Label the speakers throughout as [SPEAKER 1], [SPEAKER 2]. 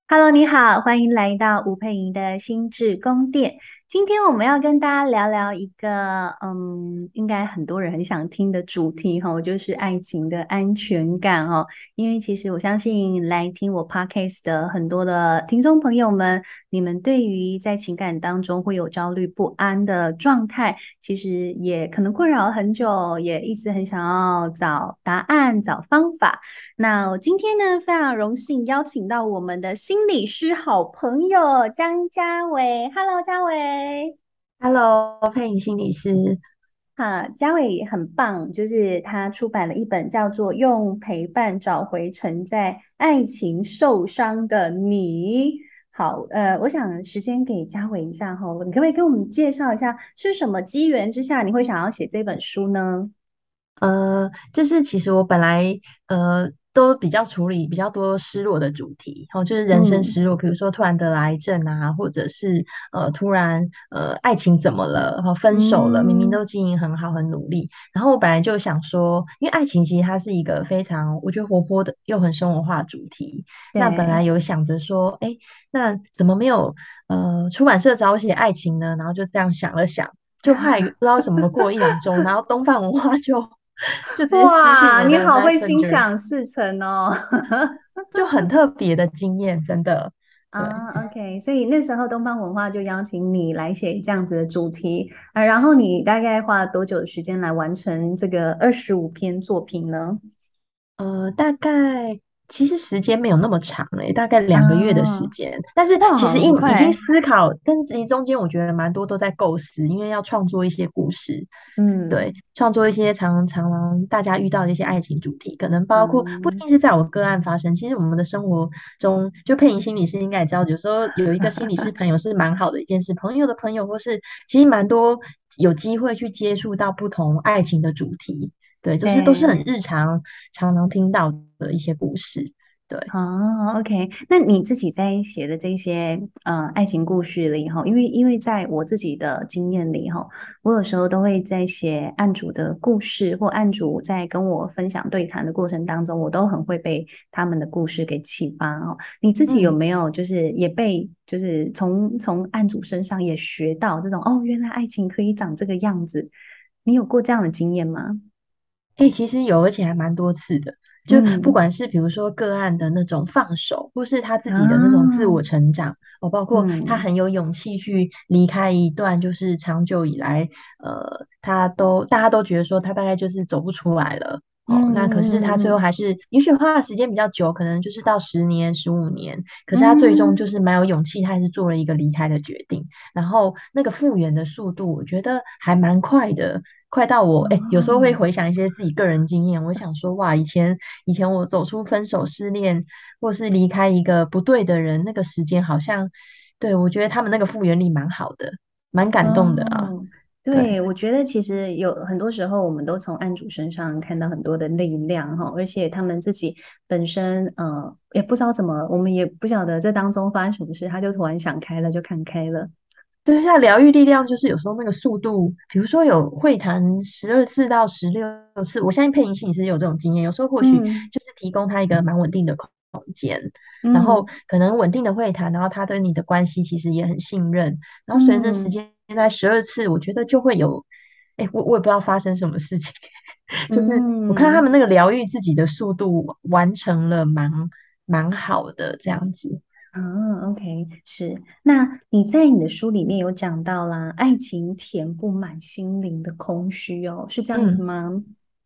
[SPEAKER 1] Hello，你好，欢迎来到吴佩莹的心智宫殿。今天我们要跟大家聊聊一个，应该很多人很想听的主题哈，就是爱情的安全感哦。因为其实我相信来听我 podcast 的很多的听众朋友们，你们对于在情感当中会有焦虑不安的状态，其实也可能困扰了很久，也一直很想要找答案、找方法。那我今天呢，非常荣幸邀请到我们的心理师好朋友张家伟。Hello，家伟。
[SPEAKER 2] Hello，配音心理师。
[SPEAKER 1] 哈，家伟很棒，就是他出版了一本叫做《用陪伴找回承在爱情受伤的你》。好，我想时间给家伟一下哈，你可不可以跟我们介绍一下是什么机缘之下你会想要写这本书呢？
[SPEAKER 2] 就是其实我本来都比较处理比较多失落的主题，就是人生
[SPEAKER 1] 嗯
[SPEAKER 2] 失落，比如说突然得了癌症啊，或者是突然爱情怎么了，然后分手了，明明
[SPEAKER 1] 嗯，
[SPEAKER 2] 都经营很好很努力，然后我本来就想说，因为爱情其实它是一个非常我觉得活泼的又很生活化的主题，那本来
[SPEAKER 1] 对。
[SPEAKER 2] 有想着说，哎，那怎么没有出版社找我写爱情呢？然后就这样想了想。就后来不知道为什么过了一两周，然后东范文化就直接私讯
[SPEAKER 1] 哇，
[SPEAKER 2] 我的
[SPEAKER 1] 你好会心
[SPEAKER 2] Messenger，
[SPEAKER 1] 想事成哦。
[SPEAKER 2] 就很特别的经验，真的。对，
[SPEAKER 1] 啊，OK，所以那时候东方文化就邀请你来写这样子的主题，然后你大概花了多久的时间来完成这个25篇作品呢？
[SPEAKER 2] 大概其实时间没有那么长诶，大概2个月的时
[SPEAKER 1] 啊，
[SPEAKER 2] 间。但是其
[SPEAKER 1] 哇，
[SPEAKER 2] 实已经
[SPEAKER 1] 很快，
[SPEAKER 2] 思考，但是其实中间我觉得蛮多都在构思，因为要创作一些故事，对，
[SPEAKER 1] 嗯
[SPEAKER 2] 创作一些常大家遇到的一些爱情主题，可能包括不一
[SPEAKER 1] 嗯，
[SPEAKER 2] 定是在我个案发生，其实我们的生活中，就配音心理师应该也知道，有时候有一个心理师朋友是蛮好的一件事，朋友的朋友或是其实蛮多有机会去接触到不同爱情的主题。对，都是很
[SPEAKER 1] 对。
[SPEAKER 2] 日常常常听到的一些故事。对，
[SPEAKER 1] 哦，OK，那你自己在写的这些爱情故事里哈，因为在我自己的经验里哈，我有时候都会在写案主的故事，或案主在跟我分享对谈的过程当中，我都很会被他们的故事给启发哦。你自己有
[SPEAKER 2] 嗯。
[SPEAKER 1] 没有就是也被就是从案主身上也学到这种哦，原来爱情可以长这个样子？你有过这样的经验吗？
[SPEAKER 2] 其实有，而且还蛮多次的。就不
[SPEAKER 1] 嗯
[SPEAKER 2] 管是比如说个案的那种放手，或是他自己的那种自
[SPEAKER 1] 啊
[SPEAKER 2] 我成长，包括他
[SPEAKER 1] 嗯
[SPEAKER 2] 很有勇气去离开一段就是长久以来，大家都觉得说他大概就是走不出来了。那可是他最后
[SPEAKER 1] 嗯
[SPEAKER 2] 还是，也许花的时间比较久，可能就是到10年、15年，可是他最终就
[SPEAKER 1] 嗯。
[SPEAKER 2] 是蛮有勇气，他还是做了一个离开的决定。然后那个复原的速度，我觉得还蛮快的。快到我有时候会
[SPEAKER 1] 哦，
[SPEAKER 2] 回想一些自己个人经验，我想说哇，以前我走出分手、失恋，或是离开一个不对的人，那个时间好像，对，我觉得他们那个复原力蛮好的，蛮感动的啊。
[SPEAKER 1] 哦，对，
[SPEAKER 2] 对，
[SPEAKER 1] 我觉得其实有很多时候，我们都从案主身上看到很多的力量哈，而且他们自己本身也不知道怎么，我们也不晓得这当中发生什么事，他就突然想开了，就看开了。
[SPEAKER 2] 对，它疗愈力量就是有时候那个速度，比如说有会谈12次到16次，我相信配音系也是有这种经验。有时候或许
[SPEAKER 1] 嗯
[SPEAKER 2] 就是提供他一个蛮稳定的空间，然后
[SPEAKER 1] 嗯
[SPEAKER 2] 可能稳定的会谈，然后他跟你的关系其实也很信任，然后随着时
[SPEAKER 1] 嗯
[SPEAKER 2] 间在12次，我觉得就会有，我也不知道发生什么事情，就是我看他们
[SPEAKER 1] 嗯。
[SPEAKER 2] 那个疗愈自己的速度完成了蛮好的这样子。
[SPEAKER 1] 啊，OK，是。那你在你的书里面有讲到啦，爱情填不满心灵的空虚哦，是这样子
[SPEAKER 2] 嗯。
[SPEAKER 1] 吗？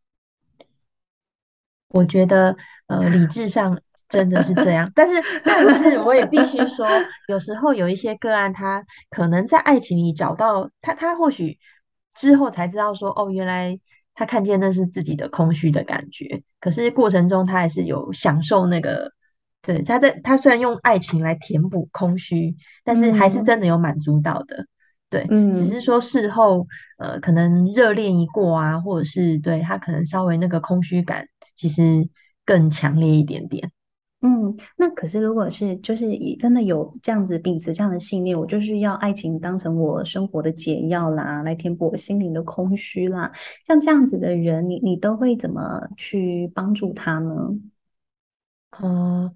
[SPEAKER 2] 我觉得理智上真的是这样，但是我也必须说，有时候有一些个案，他可能在爱情里找到他或许之后才知道说，哦，原来他看见那是自己的空虚的感觉，可是过程中他还是有享受那个，对，他虽然用爱情来填补空虚，但是还是真
[SPEAKER 1] 嗯
[SPEAKER 2] 的有满足到的。对，只是
[SPEAKER 1] 嗯。
[SPEAKER 2] 说事后，可能热恋一过啊，或者是对他可能稍微那个空虚感，其实更强烈一点点。
[SPEAKER 1] 嗯，那可是如果是就是以真的有这样子秉持这样的信念，我就是要爱情当成我生活的解药啦，来填补我心灵的空虚啦。像这样子的人，你都会怎么去帮助他呢？
[SPEAKER 2] 呃，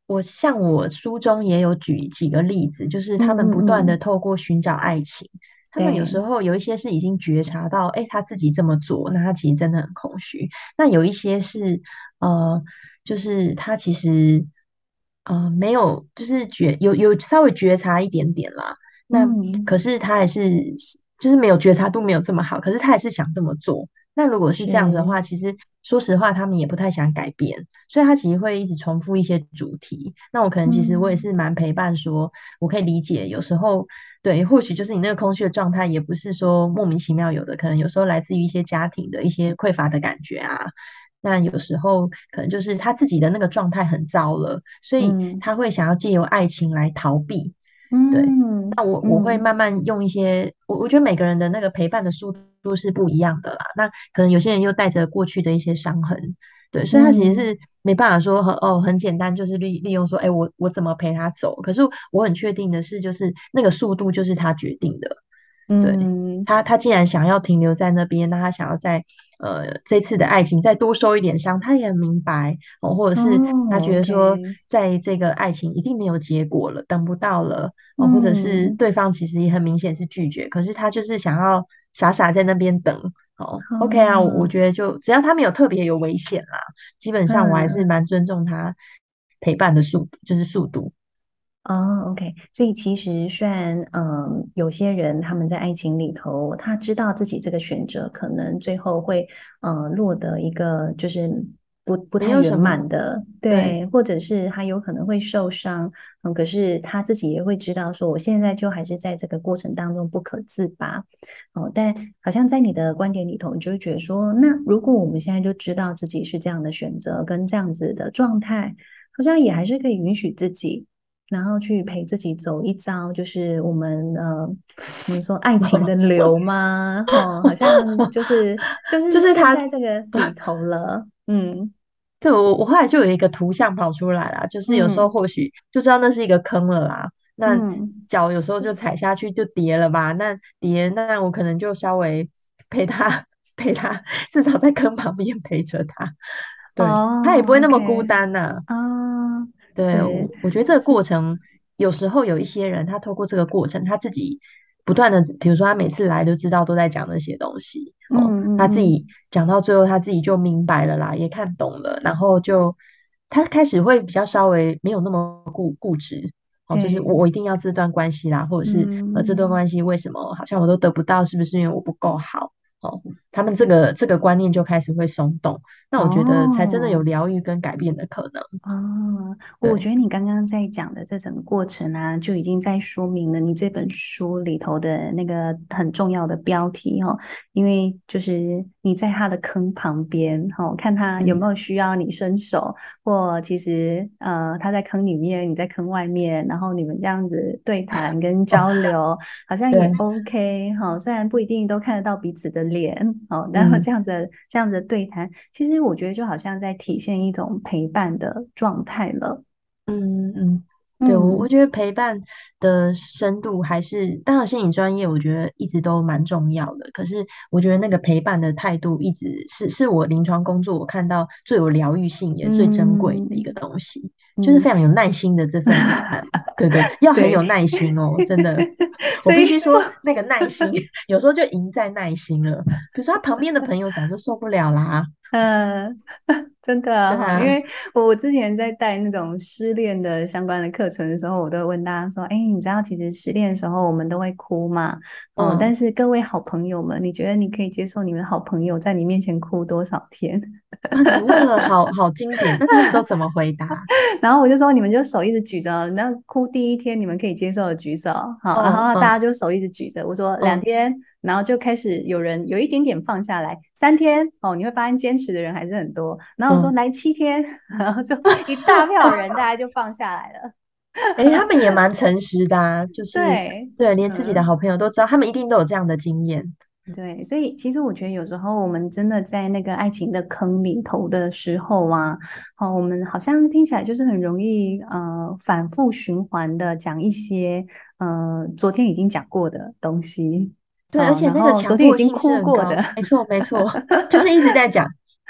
[SPEAKER 2] 像我书中也有举几个例子，就是
[SPEAKER 1] 嗯
[SPEAKER 2] 他们不断的
[SPEAKER 1] 嗯嗯，
[SPEAKER 2] 透过寻找爱情，他们有时
[SPEAKER 1] 对，
[SPEAKER 2] 候有一些是已经觉察到，哎，他自己这么做，那他其实真的很空虚。那有一些是呃，就是他其实没有，就是有稍微觉察一点点啦。那可
[SPEAKER 1] 嗯，
[SPEAKER 2] 是他还是就是没有觉察度没有这么好，可是他还是想这么做。那如果是这样子的
[SPEAKER 1] 是，
[SPEAKER 2] 话，其实说实话，他们也不太想改变。所以他其实会一直重复一些主题。那我可能其实我也
[SPEAKER 1] 嗯
[SPEAKER 2] 是蛮陪伴说，我可以理解，有时候对，或许就是你那个空虚的状态，也不是说莫名其妙有的，可能有时候来自于一些家庭的一些匮乏的感觉啊。那有时候可能就是他自己的那个状态很糟了，所以
[SPEAKER 1] 嗯
[SPEAKER 2] 他会想要借由爱情来逃避。对，
[SPEAKER 1] 嗯
[SPEAKER 2] 那我会
[SPEAKER 1] 嗯
[SPEAKER 2] 慢慢用一些，我觉得每个人的那个陪伴的速度是不一样的啦。那可能有些人又带着过去的一些伤痕，对，所以他其实
[SPEAKER 1] 嗯
[SPEAKER 2] 是没办法说很简单，就是利用说，哎，我怎么陪他走？可是我很确定的是，就是那个速度就是他决定的。对，
[SPEAKER 1] 嗯，
[SPEAKER 2] 他既然想要停留在那边，那他想要在这次的爱情再多受一点伤，他也很明白哦，或者是他
[SPEAKER 1] 哦
[SPEAKER 2] 觉得说，
[SPEAKER 1] ，OK，
[SPEAKER 2] 在这个爱情一定没有结果了，等不到了哦，或者是
[SPEAKER 1] 嗯，
[SPEAKER 2] 对方其实也很明显是拒绝，可是他就是想要傻傻在那边等。哦，OK 啊，我
[SPEAKER 1] 哦，
[SPEAKER 2] 觉得就只要他没有特别有危险啦，基本上我还是
[SPEAKER 1] 嗯。
[SPEAKER 2] 蛮尊重他陪伴的速度，就是速度。
[SPEAKER 1] 哦，OK，所以其实虽然，有些人他们在爱情里头，他知道自己这个选择可能最后会，落得一个就是不
[SPEAKER 2] 没
[SPEAKER 1] 太圆
[SPEAKER 2] 有什么，
[SPEAKER 1] 满的，
[SPEAKER 2] 对，
[SPEAKER 1] 对，或者是他有可能会受伤，可是他自己也会知道说，我现在就还是在这个过程当中不可自拔，哦，但好像在你的观点里头，你就会觉得说，那如果我们现在就知道自己是这样的选择跟这样子的状态，好像也还是可以允许自己。然后去陪自己走一遭，就是我们说爱情的流吗？哦，好像就是
[SPEAKER 2] 就是他
[SPEAKER 1] 陷在这个里头了。嗯
[SPEAKER 2] 对，我后来就有一个图像跑出来啦，就是有时候
[SPEAKER 1] 嗯
[SPEAKER 2] 或许就知道那是一个坑了啦，那
[SPEAKER 1] 嗯，
[SPEAKER 2] 脚有时候就踩下去就跌了吧，那跌那我可能就稍微陪他陪他，至少在坑旁边陪着他，对，他也不
[SPEAKER 1] 哦
[SPEAKER 2] 会那么孤
[SPEAKER 1] ，OK，
[SPEAKER 2] 单呐、
[SPEAKER 1] 啊，
[SPEAKER 2] 对，
[SPEAKER 1] 是
[SPEAKER 2] 我觉得这个
[SPEAKER 1] 是，
[SPEAKER 2] 过程，有时候有一些人，他透过这个过程，他自己不断的，比如说他每次来都知道都在讲那些东西，
[SPEAKER 1] 嗯
[SPEAKER 2] 哦，他自己
[SPEAKER 1] 嗯嗯，
[SPEAKER 2] 讲到最后，他自己就明白了啦，也看懂了，然后就他开始会比较稍微没有那么固执，哦，就是我
[SPEAKER 1] 对，
[SPEAKER 2] 我一定要这段关系啦，或者是这段
[SPEAKER 1] 嗯。
[SPEAKER 2] 关系为什么好像我都得不到，是不是因为我不够好？哦，他们这个观念就开始会松动，那我觉得才真的有
[SPEAKER 1] 哦，
[SPEAKER 2] 疗愈跟改变的可能，
[SPEAKER 1] 哦，我
[SPEAKER 2] 对。
[SPEAKER 1] 觉得你刚刚在讲的这整个过程啊，就已经在说明了你这本书里头的那个很重要的标题哦。因为就是你在他的坑旁边，哦，看他有没
[SPEAKER 2] 嗯。
[SPEAKER 1] 有需要你伸手，或其实他在坑里面，你在坑外面，然后你们这样子对谈跟
[SPEAKER 2] 哦，
[SPEAKER 1] 交流，好像也
[SPEAKER 2] 对，
[SPEAKER 1] OK 哈、虽然不一定都看得到彼此的脸，哦，然后
[SPEAKER 2] 嗯
[SPEAKER 1] 这样子的对谈。其实我觉得就好像在体现一种陪伴的状态了。
[SPEAKER 2] 嗯嗯，对，我
[SPEAKER 1] 嗯
[SPEAKER 2] 觉得陪伴的深度还是，当然心理专业，我觉得一直都蛮重要的。可是我觉得那个陪伴的态度，一直是我临床工作我看到最有疗愈性也最珍贵的一
[SPEAKER 1] 嗯
[SPEAKER 2] 个东西，就是
[SPEAKER 1] 嗯，
[SPEAKER 2] 非常有耐心的这份陪伴。对对，要很有
[SPEAKER 1] 对，
[SPEAKER 2] 耐心哦，真的。我
[SPEAKER 1] 所以
[SPEAKER 2] 必须说，那个耐心有时候就赢在耐心了。比如说，他旁边的朋友早就受不了啦。
[SPEAKER 1] 嗯，真的哈，因
[SPEAKER 2] 对啊，
[SPEAKER 1] 为我之前在带那种失恋的相关的课程的时候，我都会问大家说，哎，你知道其实失恋的时候我们都会哭嘛，哦，但
[SPEAKER 2] 嗯。
[SPEAKER 1] 是各位好朋友们，你觉得你可以接受你们的好朋友在你面前哭多少天？
[SPEAKER 2] 啊，你问了好经典，那他们都怎么回答？
[SPEAKER 1] 然后我就说，你们就手一直举着，那哭第一天你们可以接受的举手，好，然后大
[SPEAKER 2] 嗯嗯
[SPEAKER 1] 家就手一直举着。我说两
[SPEAKER 2] 嗯
[SPEAKER 1] 天，然后就开始有人有一点点放下来，3天，哦，你会发现坚持的人还是很多。然后我说
[SPEAKER 2] 嗯，
[SPEAKER 1] 来7天，然后就一大票人，大家就放下来了。
[SPEAKER 2] 诶，他们也蛮诚实的啊，就是
[SPEAKER 1] 对，
[SPEAKER 2] 对，连自己的
[SPEAKER 1] 嗯。
[SPEAKER 2] 好朋友都知道，他们一定都有这样的经验。
[SPEAKER 1] 对，所以其实我觉得有时候我们真的在那个爱情的坑里头的时候啊，我们好像听起来就是很容易反复循环的讲一些昨天已经讲过的东西，
[SPEAKER 2] 对，而且
[SPEAKER 1] 然
[SPEAKER 2] 那个
[SPEAKER 1] 后昨天已经
[SPEAKER 2] 强迫性是
[SPEAKER 1] 哭过的，
[SPEAKER 2] 很高，没错没错，就是一直在讲。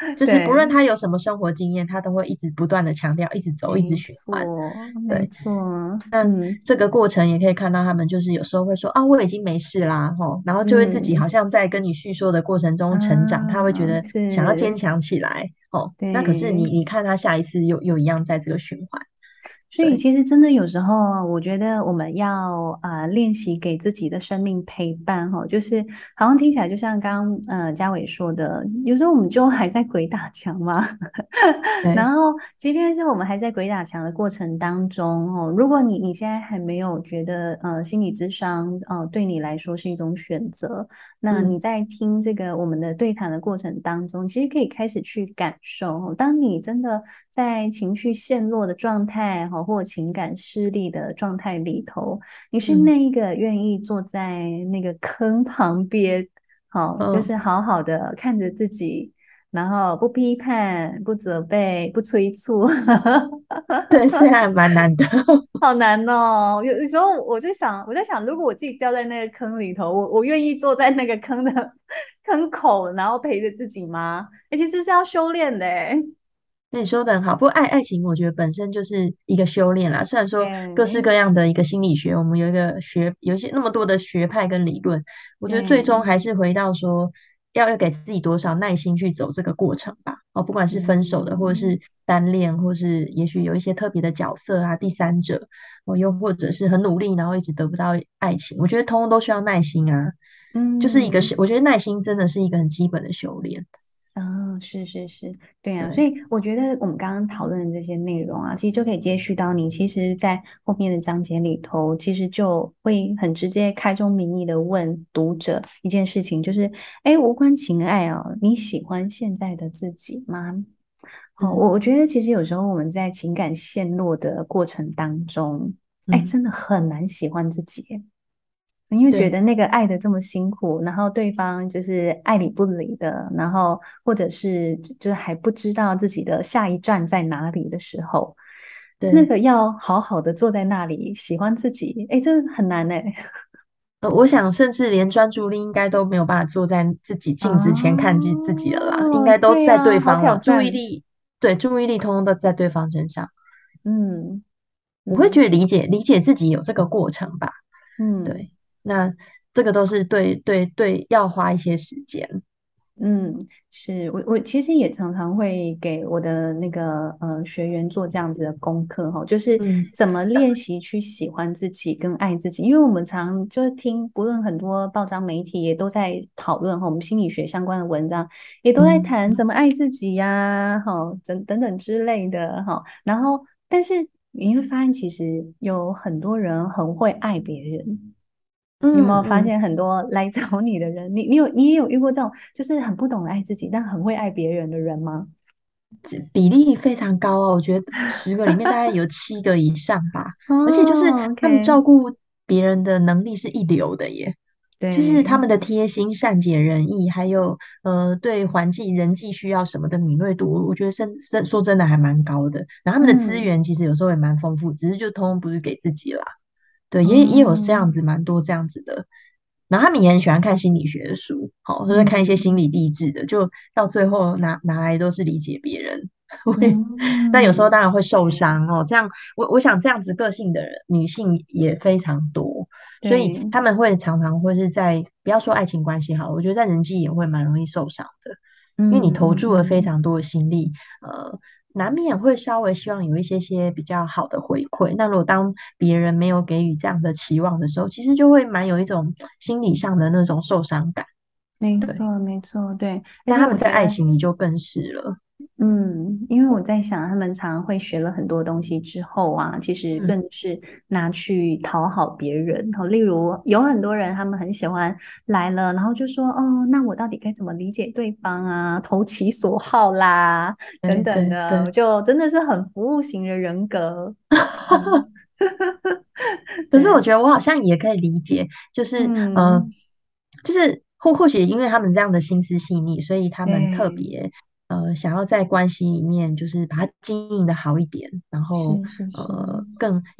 [SPEAKER 2] 就是不论
[SPEAKER 1] 对，
[SPEAKER 2] 他有什么生活经验，他都会一直不断的强调，一直走，一直
[SPEAKER 1] 没
[SPEAKER 2] 循环。
[SPEAKER 1] 错，没
[SPEAKER 2] 对，
[SPEAKER 1] 错，
[SPEAKER 2] 那
[SPEAKER 1] 嗯
[SPEAKER 2] 这个过程也可以看到，他们就是有时候会说啊，我已经没事啦，吼，然后就会自己好
[SPEAKER 1] 嗯
[SPEAKER 2] 像在跟你叙说的过程中成长，他会觉
[SPEAKER 1] 啊，
[SPEAKER 2] 得想要坚
[SPEAKER 1] 是，
[SPEAKER 2] 强起来，哦，那可是
[SPEAKER 1] 对。
[SPEAKER 2] 你看他下一次又一样在这个循环。
[SPEAKER 1] 所以
[SPEAKER 2] 对，
[SPEAKER 1] 其实真的有时候，我觉得我们要练习给自己的生命陪伴哈，就是好像听起来就像刚刚嘉伟说的，有时候我们就还在鬼打墙嘛。然
[SPEAKER 2] 对，
[SPEAKER 1] 后即便是我们还在鬼打墙的过程当中哦，如果你现在还没有觉得心理咨商对你来说是一种选择，那你
[SPEAKER 2] 嗯
[SPEAKER 1] 在听这个我们的对谈的过程当中，其实可以开始去感受哦，当你真的在情绪陷落的状态哈，或情感失利的状态里头，你是
[SPEAKER 2] 嗯
[SPEAKER 1] 那一个愿意坐在那个坑旁边，好，就
[SPEAKER 2] 嗯，
[SPEAKER 1] 是好好的看着自己，然后不批判、不责备、不催促。
[SPEAKER 2] 对，是还蛮难的。
[SPEAKER 1] 好难哦！有时候我在想，如果我自己掉在那个坑里头，我愿意坐在那个坑的坑口，然后陪着自己吗？其实是要修炼的诶。
[SPEAKER 2] 那你说的很好，不过爱情，我觉得本身就是一个修炼啦。虽然说各式
[SPEAKER 1] 对
[SPEAKER 2] 各样的一个心理学，我们有一个学，有一些那么多的学派跟理论，我觉得最终
[SPEAKER 1] 对，
[SPEAKER 2] 还是回到说，要给自己多少耐心去走这个过程吧。哦，不管是分手的，或者
[SPEAKER 1] 嗯
[SPEAKER 2] 是单恋，或是也许有一些特别的角色啊，第三者，哦，又或者是很努力，然后一直得不到爱情，我觉得通通都需要耐心啊。就是一个
[SPEAKER 1] 嗯。
[SPEAKER 2] 我觉得耐心真的是一个很基本的修炼。
[SPEAKER 1] 啊，是是是，对啊，所
[SPEAKER 2] 对，
[SPEAKER 1] 以我觉得我们刚刚讨论的这些内容啊，其实就可以接续到你，其实，在后面的章节里头，其实就会很直接开宗明义的问读者一件事情，就是，哎，无关情爱啊，你喜欢现在的自己吗？好，我
[SPEAKER 2] 嗯
[SPEAKER 1] 我觉得其实有时候我们在情感陷落的过程当中，哎，
[SPEAKER 2] 嗯，
[SPEAKER 1] 真的很难喜欢自己耶，因为觉
[SPEAKER 2] 对。
[SPEAKER 1] 得那个爱的这么辛苦，然后对方就是爱理不理的，然后或者是就是还不知道自己的下一站在哪里的时候，那
[SPEAKER 2] 对，
[SPEAKER 1] 个要好好的坐在那里喜欢自己，哎，这很难哎。
[SPEAKER 2] 我想甚至连专注力应该都没有办法坐在自己镜子前看自己了啦，应
[SPEAKER 1] 哦，
[SPEAKER 2] 该都在对
[SPEAKER 1] 对呀，好
[SPEAKER 2] 方了，注意
[SPEAKER 1] 挑战。
[SPEAKER 2] 力，对，注意力通通都在对方身上。
[SPEAKER 1] 嗯
[SPEAKER 2] 我会
[SPEAKER 1] 嗯
[SPEAKER 2] 觉得理解自己有这个过程吧，
[SPEAKER 1] 嗯。
[SPEAKER 2] 对，那这个都是对，要花一些时间。
[SPEAKER 1] 嗯，是我其实也常常会给我的那个学员做这样子的功课哈，就是
[SPEAKER 2] 嗯
[SPEAKER 1] 怎么练习去喜欢自己跟爱自己，因为我们常就是听，不论很多报章媒体也都在讨论哈，我们心理学相关的文章也都在
[SPEAKER 2] 嗯，
[SPEAKER 1] 谈怎么爱自己呀，哈，等等之类的哈，然后但是你会发现，其实有很多人很会爱别人。你有没有发
[SPEAKER 2] 嗯嗯，
[SPEAKER 1] 现很多来找你的人，你也有遇过这种就是很不懂得爱自己，但很会爱别人的人吗？
[SPEAKER 2] 这比例非常高哦，我觉得10个里面大概有7个以上吧，而且就是
[SPEAKER 1] 哦
[SPEAKER 2] 他们
[SPEAKER 1] ，OK，
[SPEAKER 2] 照顾别人的能力是一流的耶。就是他
[SPEAKER 1] 对，
[SPEAKER 2] 们的贴心、善解人意，还有对环境、人际需要什么的敏锐度，我觉得说真的还蛮高的。然后他们的资
[SPEAKER 1] 嗯，
[SPEAKER 2] 源其实有时候也蛮丰富，只是就通通不是给自己啦。对，也有这
[SPEAKER 1] 哦，
[SPEAKER 2] 样子蛮多这样子的。然后他们也很喜欢看心理学的书，好，或者看一些心
[SPEAKER 1] 嗯
[SPEAKER 2] 理励志的，就到最后拿来都是理解别人。会，那有时候
[SPEAKER 1] 嗯，
[SPEAKER 2] 当然会受
[SPEAKER 1] 对
[SPEAKER 2] 伤哦。这样，我想这样子个性的人，女性也非常多，所以
[SPEAKER 1] 对，
[SPEAKER 2] 他们会常常会是在不要说爱情关系好了，我觉得在人际也会蛮容易受伤的，因为你
[SPEAKER 1] 嗯
[SPEAKER 2] 投注了非
[SPEAKER 1] 嗯嗯，
[SPEAKER 2] 常多的心力，难免会稍微希望有一些比较好的回馈。那如果当别人没有给予这样的期望的时候，其实就会蛮有一种心理上的那种受伤感。对，
[SPEAKER 1] 没错没错，对，而
[SPEAKER 2] 那
[SPEAKER 1] 且
[SPEAKER 2] 他们在爱
[SPEAKER 1] 我觉得。
[SPEAKER 2] 情里就更是了。
[SPEAKER 1] 嗯，因为我在想，他们常常会学了很多东西之后啊，其实
[SPEAKER 2] 嗯
[SPEAKER 1] 更是拿去讨好别人。好，例如有很多人，他们很喜欢来了，然后就说，哦，那我到底该怎么理解对方啊？投其所好啦，等
[SPEAKER 2] 对
[SPEAKER 1] 等的，
[SPEAKER 2] 对对。
[SPEAKER 1] 就真的是很服务型的人格。嗯，
[SPEAKER 2] 可是我
[SPEAKER 1] 对，
[SPEAKER 2] 觉得我好像也可以理解，就是
[SPEAKER 1] 嗯，
[SPEAKER 2] 就是或许因为他们这样的心思细腻，所以他们特
[SPEAKER 1] 对，
[SPEAKER 2] 别想要在关系里面就是把它经营的好一点，然后
[SPEAKER 1] 是是是，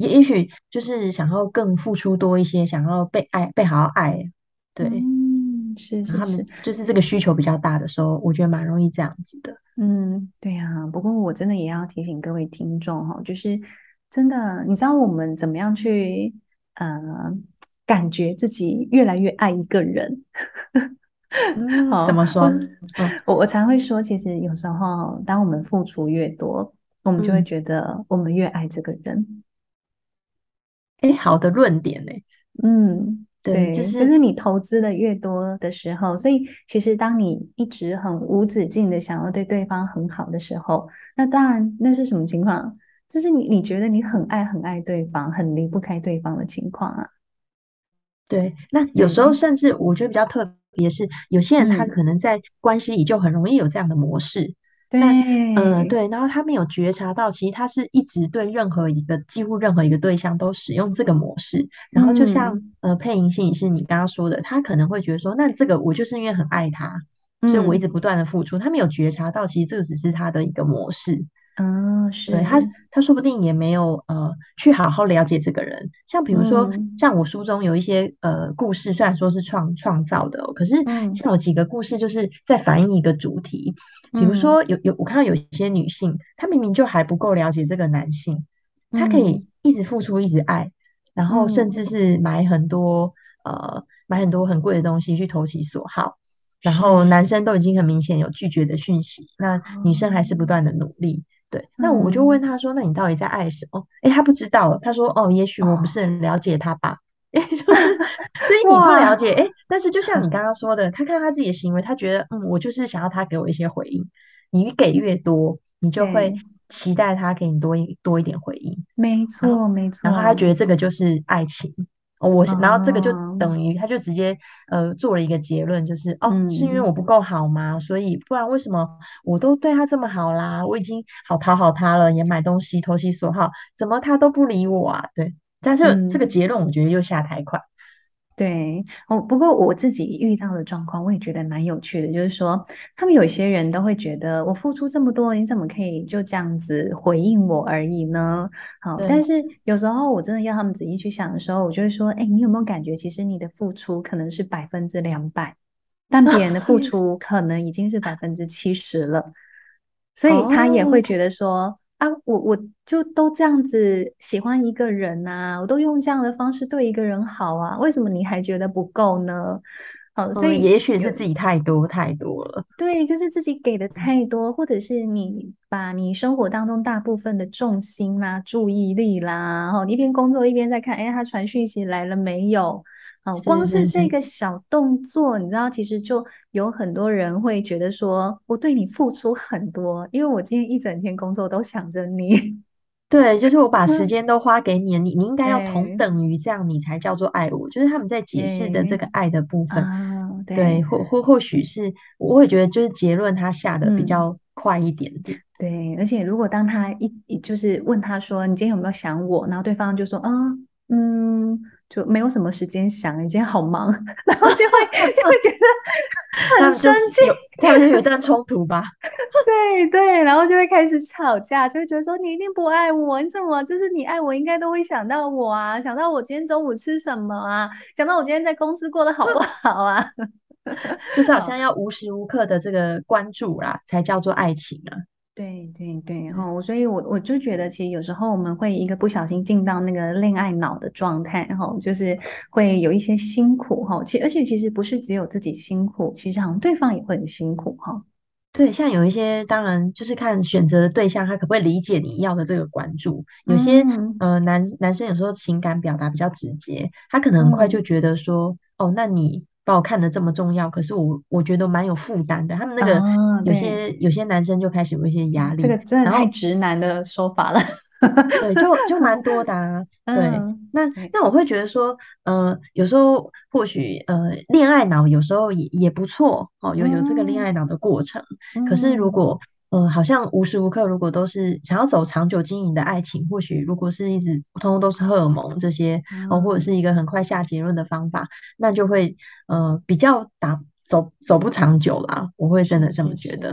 [SPEAKER 2] 也许就是想要更付出多一些，想要被爱被好好爱，对。
[SPEAKER 1] 嗯是是是。
[SPEAKER 2] 然后他们就是这个需求比较大的时候，我觉得蛮容易这样子的。
[SPEAKER 1] 嗯，对呀，不过我真的也要提醒各位听众哈，就是真的，你知道我们怎么样去感觉自己越来越爱一个人？
[SPEAKER 2] 嗯，怎
[SPEAKER 1] 好，
[SPEAKER 2] 么说？嗯
[SPEAKER 1] 我常会说，其实有时候当我们付出越多，我们就会
[SPEAKER 2] 嗯，
[SPEAKER 1] 觉得我们越爱这个人。
[SPEAKER 2] 哎，好的论点呢。
[SPEAKER 1] 嗯，
[SPEAKER 2] 对，就
[SPEAKER 1] 对，就
[SPEAKER 2] 是
[SPEAKER 1] 是你投资的越多的时候，所以其实当你一直很无止境的想要对对方很好的时候，那当然那是什么情况？就是你觉得你很爱很爱对方，很离不开对方的情况啊。
[SPEAKER 2] 对，那有时候
[SPEAKER 1] 对，
[SPEAKER 2] 甚至我觉得比较特别是，有些人他
[SPEAKER 1] 嗯，
[SPEAKER 2] 可能在关系里就很容易有这样的模式。那
[SPEAKER 1] 对，
[SPEAKER 2] 对，然后他没有觉察到，其实他是一直对几乎任何一个对象都使用这个模式。然后就像
[SPEAKER 1] 嗯
[SPEAKER 2] 配音心理师你刚刚说的，他可能会觉得说，那这个我就是因为很爱他，所以我一直
[SPEAKER 1] 嗯
[SPEAKER 2] 不断的付出。他没有觉察到，其实这个只是他的一个模式。
[SPEAKER 1] 嗯，
[SPEAKER 2] 对他，
[SPEAKER 1] 是，
[SPEAKER 2] 他说不定也没有去好好了解这个人。像比如说，
[SPEAKER 1] 嗯
[SPEAKER 2] 像我书中有一些故事，虽然说是创造的哦，可是
[SPEAKER 1] 嗯
[SPEAKER 2] 像有几个故事就是在反映一个主题。比如
[SPEAKER 1] 嗯
[SPEAKER 2] 说我看到有些女性，她明明就还不够了解这个男性，她可以
[SPEAKER 1] 嗯
[SPEAKER 2] 一直付出，一直爱，然后甚
[SPEAKER 1] 嗯，
[SPEAKER 2] 至是买很多很贵的东西去投其所好。然后
[SPEAKER 1] 是，
[SPEAKER 2] 男生都已经很明显有拒绝的讯息，那女生还是不
[SPEAKER 1] 哦，
[SPEAKER 2] 断的努力。对，那我就问
[SPEAKER 1] 嗯，
[SPEAKER 2] 他说："那你到底在爱什么？"诶，他不知道。他说："哦，也许我不是
[SPEAKER 1] 哦，
[SPEAKER 2] 很了解他吧。诶，就是，所以你不了
[SPEAKER 1] 哇，
[SPEAKER 2] 解，诶，但是就像你刚刚说的，他看他自己的行为，他觉得，我就是想要他给我一些回应。你给越多，你就会
[SPEAKER 1] 对。
[SPEAKER 2] 期待他给你多一点回应。然后，
[SPEAKER 1] 没错，没
[SPEAKER 2] 然后他
[SPEAKER 1] 错，
[SPEAKER 2] 觉得这个就是爱情。然后这个就
[SPEAKER 1] 哦，
[SPEAKER 2] 等于他就直接做了一个结论，就是是因为
[SPEAKER 1] 嗯，
[SPEAKER 2] 我不够好吗？所以不然为什么我都对他这么好啦，我已经好讨好他了，也买东西投其所好，怎么他都不理我啊？对，但是这个
[SPEAKER 1] 嗯，
[SPEAKER 2] 结论我觉得又下太快。
[SPEAKER 1] 对，哦，不过我自己遇到的状况，我也觉得蛮有趣的，就是说，他们有些人都会觉得，我付出这么多，你怎么可以就这样子回应我而已呢？好，但
[SPEAKER 2] 对，
[SPEAKER 1] 是有时候我真的要他们仔细去想的时候，我就会说，哎，你有没有感觉，其实你的付出可能是200%，但别人的付出可能已经是70%了。所以他也
[SPEAKER 2] 哦，
[SPEAKER 1] 会觉得说啊，我就都这样子喜欢一个人啊，我都用这样的方式对一个人好啊，为什么你还觉得不够呢？好，所以
[SPEAKER 2] 也许
[SPEAKER 1] 有
[SPEAKER 2] 是自己太多太多了。
[SPEAKER 1] 对，就是自己给的太多，或者是你把你生活当中大部分的重心啦、注意力啦，然后你一边工作一边在看，哎，他传讯息来了没有？哦，光
[SPEAKER 2] 是是是，
[SPEAKER 1] 是这个小动作，你知道，其实就有很多人会觉得说，我对你付出很多，因为我今天一整天工作都想着你。
[SPEAKER 2] 对，就是我把时间都花给你了，你应该要同
[SPEAKER 1] 对
[SPEAKER 2] 等于这样，你才叫做爱我。就是他们在解释的这
[SPEAKER 1] 对
[SPEAKER 2] 个爱的部分。
[SPEAKER 1] 啊，对，
[SPEAKER 2] 对，或许是，我会觉得就是结论他下的比
[SPEAKER 1] 嗯。
[SPEAKER 2] 较快一点点。
[SPEAKER 1] 对，而且如果当他就是问他说你今天有没有想我，然后对方就说嗯，就没有什么时间想，你今天好忙，然后就会觉得
[SPEAKER 2] 他
[SPEAKER 1] 很生气，
[SPEAKER 2] 他们就有一段冲突吧。
[SPEAKER 1] 对对，然后就会开始吵架，就会觉得说你一定不爱我，你怎么就是你爱我应该都会想到我啊，想到我今天中午吃什么啊，想到我今天在公司过得好不好啊，
[SPEAKER 2] 就是好
[SPEAKER 1] 好。
[SPEAKER 2] 像要无时无刻的这个关注啦，才叫做爱情啊。
[SPEAKER 1] 对对对，
[SPEAKER 2] 对
[SPEAKER 1] 哈，所以我就觉得，其实有时候我们会一个不小心进到那个恋爱脑的状态，哈，就是会有一些辛苦，哈，而且其实不是只有自己辛苦，其实好像对方也会很辛苦，哈。
[SPEAKER 2] 对，像有一些当然就是看选择的对象，他可不可以理解你要的这个关注。有些
[SPEAKER 1] 嗯
[SPEAKER 2] 男生有时候情感表达比较直接，他可能很快就
[SPEAKER 1] 嗯
[SPEAKER 2] 觉得说，哦，那你把我看得这么重要，可是我觉得蛮有负担的。他们那个
[SPEAKER 1] 啊，对，
[SPEAKER 2] 有些男生就开始有一些压
[SPEAKER 1] 这个
[SPEAKER 2] 力，
[SPEAKER 1] 真的太
[SPEAKER 2] 然后
[SPEAKER 1] 直男的说法了。
[SPEAKER 2] 对，就蛮多的啊。对，
[SPEAKER 1] 嗯，
[SPEAKER 2] 那
[SPEAKER 1] 对，
[SPEAKER 2] 那我会觉得说，有时候或许恋爱脑有时候也不错哦，有这个恋
[SPEAKER 1] 嗯
[SPEAKER 2] 爱脑的过程。可是如
[SPEAKER 1] 嗯
[SPEAKER 2] 果好像无时无刻如果都是想要走长久经营的爱情，或许如果是一直通通都是荷尔蒙这些或者
[SPEAKER 1] 嗯，
[SPEAKER 2] 是一个很快下结论的方法，那就会比较走不长久啦。我会真
[SPEAKER 1] 是
[SPEAKER 2] 的这么
[SPEAKER 1] 是是。
[SPEAKER 2] 觉得。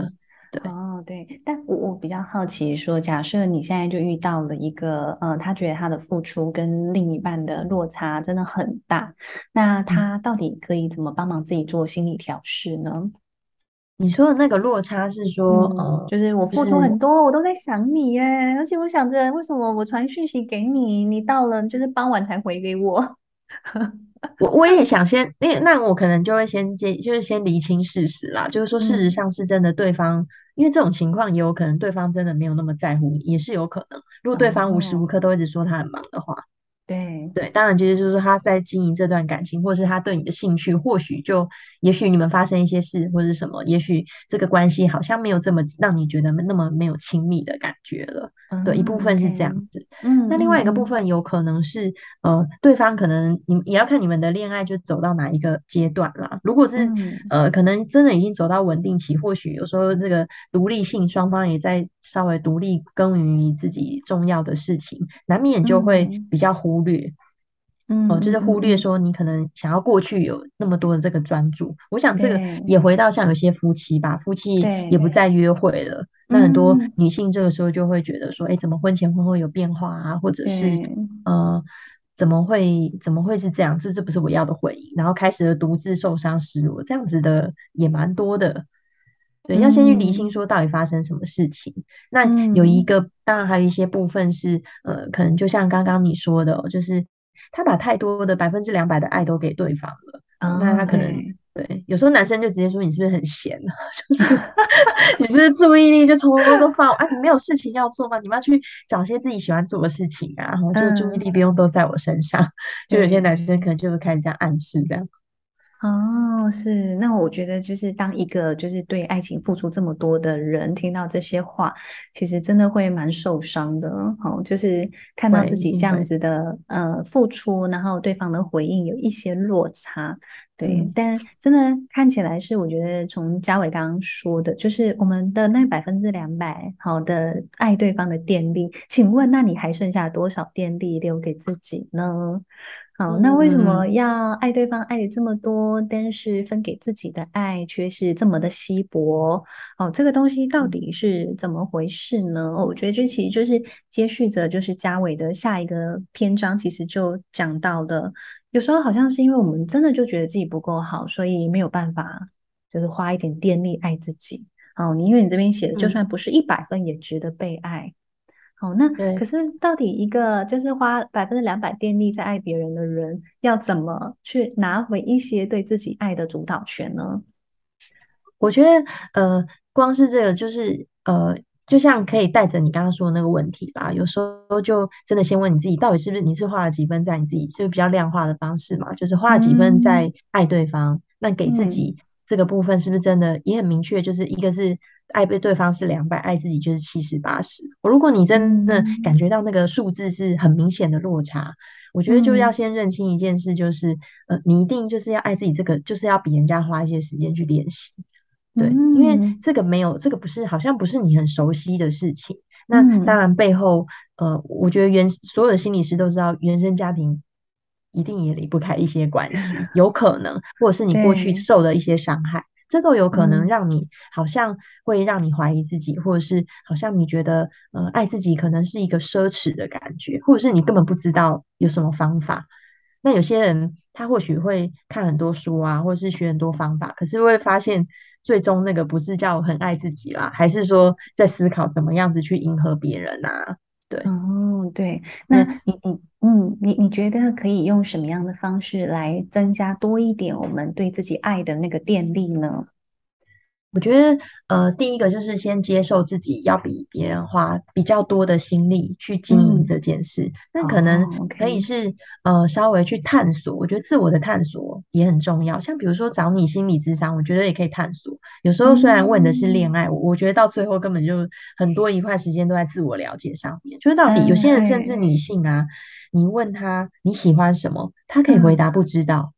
[SPEAKER 1] 哦，对，但我比较好奇说，假设你现在就遇到了一个，他觉得他的付出跟另一半的落差真的很大，那
[SPEAKER 2] 嗯
[SPEAKER 1] 他到底可以怎么帮忙自己做心理调试呢？
[SPEAKER 2] 你说的那个落差是说，
[SPEAKER 1] 嗯，就是我付出
[SPEAKER 2] 就是
[SPEAKER 1] 很多，我都在想你耶，而且我想着为什么我传讯息给你，你到了就是傍晚才回给我。
[SPEAKER 2] 我也想先，那我可能就会就是先厘清事实啦，就是说事实
[SPEAKER 1] 嗯，
[SPEAKER 2] 上是真的对方，因为这种情况也有可能对方真的没有那么在乎你，也是有可能。如果对方无时无
[SPEAKER 1] 哦，
[SPEAKER 2] 刻都一直说他很忙的话。
[SPEAKER 1] 对，
[SPEAKER 2] 对，当然就是说他在经营这段感情，或是他对你的兴趣，或许也许你们发生一些事或者是什么，也许这个关系好像没有这么让你觉得那么没有亲密的感觉了。对，一部
[SPEAKER 1] 嗯
[SPEAKER 2] 分
[SPEAKER 1] ，OK，
[SPEAKER 2] 是这样子。
[SPEAKER 1] 嗯
[SPEAKER 2] 那另外一个部
[SPEAKER 1] 嗯嗯
[SPEAKER 2] 分有可能是对方可能你也要看你们的恋爱就走到哪一个阶段啦。如果是
[SPEAKER 1] 嗯
[SPEAKER 2] 可能真的已经走到稳定期，或许有时候这个独立性双方也在稍微独立耕耘于自己重要的事情，难免就会
[SPEAKER 1] 嗯
[SPEAKER 2] 比较忽略。就是
[SPEAKER 1] 嗯嗯嗯嗯，
[SPEAKER 2] 忽略说你可能想要过去有那么多的这个专注。我想这个
[SPEAKER 1] 对
[SPEAKER 2] 也回到像有些夫妻吧，夫妻也不
[SPEAKER 1] 对，
[SPEAKER 2] 再约会了，那很多
[SPEAKER 1] 嗯
[SPEAKER 2] 女性这个时候就会觉得说，哎，怎么婚前婚后有变化啊，或者是
[SPEAKER 1] 对，
[SPEAKER 2] 呃，怎么会是这样？这不是我要的婚姻，然后开始了独自受伤失落，这样子的也蛮多的。对，要先去厘清
[SPEAKER 1] 嗯
[SPEAKER 2] 说到底发生什么事情。那有一
[SPEAKER 1] 嗯
[SPEAKER 2] 个，当然还有一些部分是，可能就像刚刚你说的哦，就是他把太多的200%的爱都给对方了。那
[SPEAKER 1] 哦，
[SPEAKER 2] 他可能
[SPEAKER 1] 对，
[SPEAKER 2] 对，有时候男生就直接说你是不是很闲啊？就是你是不是注意力就从头都放啊？你没有事情要做吗？你们要去找些自己喜欢做的事情啊，然后就注意
[SPEAKER 1] 嗯
[SPEAKER 2] 力不用都在我身上。就有些男
[SPEAKER 1] 对。
[SPEAKER 2] 生可能就会开始这样暗示这样。
[SPEAKER 1] 哦，是，那我觉得就是当一个就是对爱情付出这么多的人听到这些话，其实真的会蛮受伤的。好，就是看到
[SPEAKER 2] 会，
[SPEAKER 1] 自己这样
[SPEAKER 2] 一定会。
[SPEAKER 1] 子的付出，然后对方的回应有一些落差，对，
[SPEAKER 2] 嗯
[SPEAKER 1] 但真的看起来是我觉得从嘉伟刚刚说的，就是我们的那200%好的爱对方的电力，请问那你还剩下多少电力留给自己呢？好，那为什么
[SPEAKER 2] 嗯
[SPEAKER 1] 要爱对方爱的这么多，但是分给自己的爱却是这么的稀薄？哦，这个东西到
[SPEAKER 2] 嗯
[SPEAKER 1] 底是怎么回事呢？哦我觉得这其实就是接续着就是嘉伟的下一个篇章，其实就讲到的，有时候好像是因为我们真的就觉得自己不够好，所以没有办法，就是花一点电力爱自己。哦，你因为你这边写的，就
[SPEAKER 2] 嗯，
[SPEAKER 1] 算不是100分，也值得被爱。好，那可
[SPEAKER 2] 对。
[SPEAKER 1] 是到底一个就是花200%电力在爱别人的人，要怎么去拿回一些对自己爱的主导权呢？
[SPEAKER 2] 我觉得光是这个就是就像可以带着你刚刚说的那个问题吧，有时候就真的先问你自己，到底是不是你是花了几分在你自己，是不是比较量化的方式嘛？就是花了几分在
[SPEAKER 1] 嗯
[SPEAKER 2] 爱对方，那给自
[SPEAKER 1] 嗯
[SPEAKER 2] 己这个部分是不是真的也很明确？就是一个是爱被对方是200，爱自己就是70、80。如果你真的感
[SPEAKER 1] 嗯
[SPEAKER 2] 觉到那个数字是很明显的落差，我觉得就要
[SPEAKER 1] 嗯
[SPEAKER 2] 先认清一件事，就是你一定就是要爱自己，这个就是要比人家花一些时间去练习。对，因为
[SPEAKER 1] 嗯
[SPEAKER 2] 这个没有，这个不是，好像不是你很熟悉的事情。那当
[SPEAKER 1] 嗯
[SPEAKER 2] 然背后，我觉得所有的心理师都知道，原生家庭一定也离不开一些关系，有可能，或者是你过去
[SPEAKER 1] 对，
[SPEAKER 2] 受的一些伤害，这都有可能
[SPEAKER 1] 嗯
[SPEAKER 2] 让你好像会让你怀疑自己，或者是好像你觉得，爱自己可能是一个奢侈的感觉，或者是你根本不知道有什么方法。那有些人他或许会看很多书啊，或者是学很多方法，可是会发现最终那个不是叫很爱自己啦，还是说在思考怎么样子去迎合别人啊？对，
[SPEAKER 1] 哦，对，那
[SPEAKER 2] 那
[SPEAKER 1] 你觉得可以用什么样的方式来增加多一点我们对自己爱的那个电力呢？
[SPEAKER 2] 我觉得，第一个就是先接受自己要比别人花比较多的心力去经营
[SPEAKER 1] 嗯，
[SPEAKER 2] 这件事，那可能
[SPEAKER 1] 哦，OK，
[SPEAKER 2] 可以是稍微去探索，我觉得自我的探索也很重要。像比如说找你心理咨商，我觉得也可以探索。有时候虽然问的是恋
[SPEAKER 1] 嗯
[SPEAKER 2] 爱，我觉得到最后根本就很多一块时间都在自我了解上面。就是到底有
[SPEAKER 1] 嗯，
[SPEAKER 2] 些人甚至
[SPEAKER 1] 对，
[SPEAKER 2] 女性啊，你问她你喜欢什么，她可以回
[SPEAKER 1] 嗯，
[SPEAKER 2] 答不知道。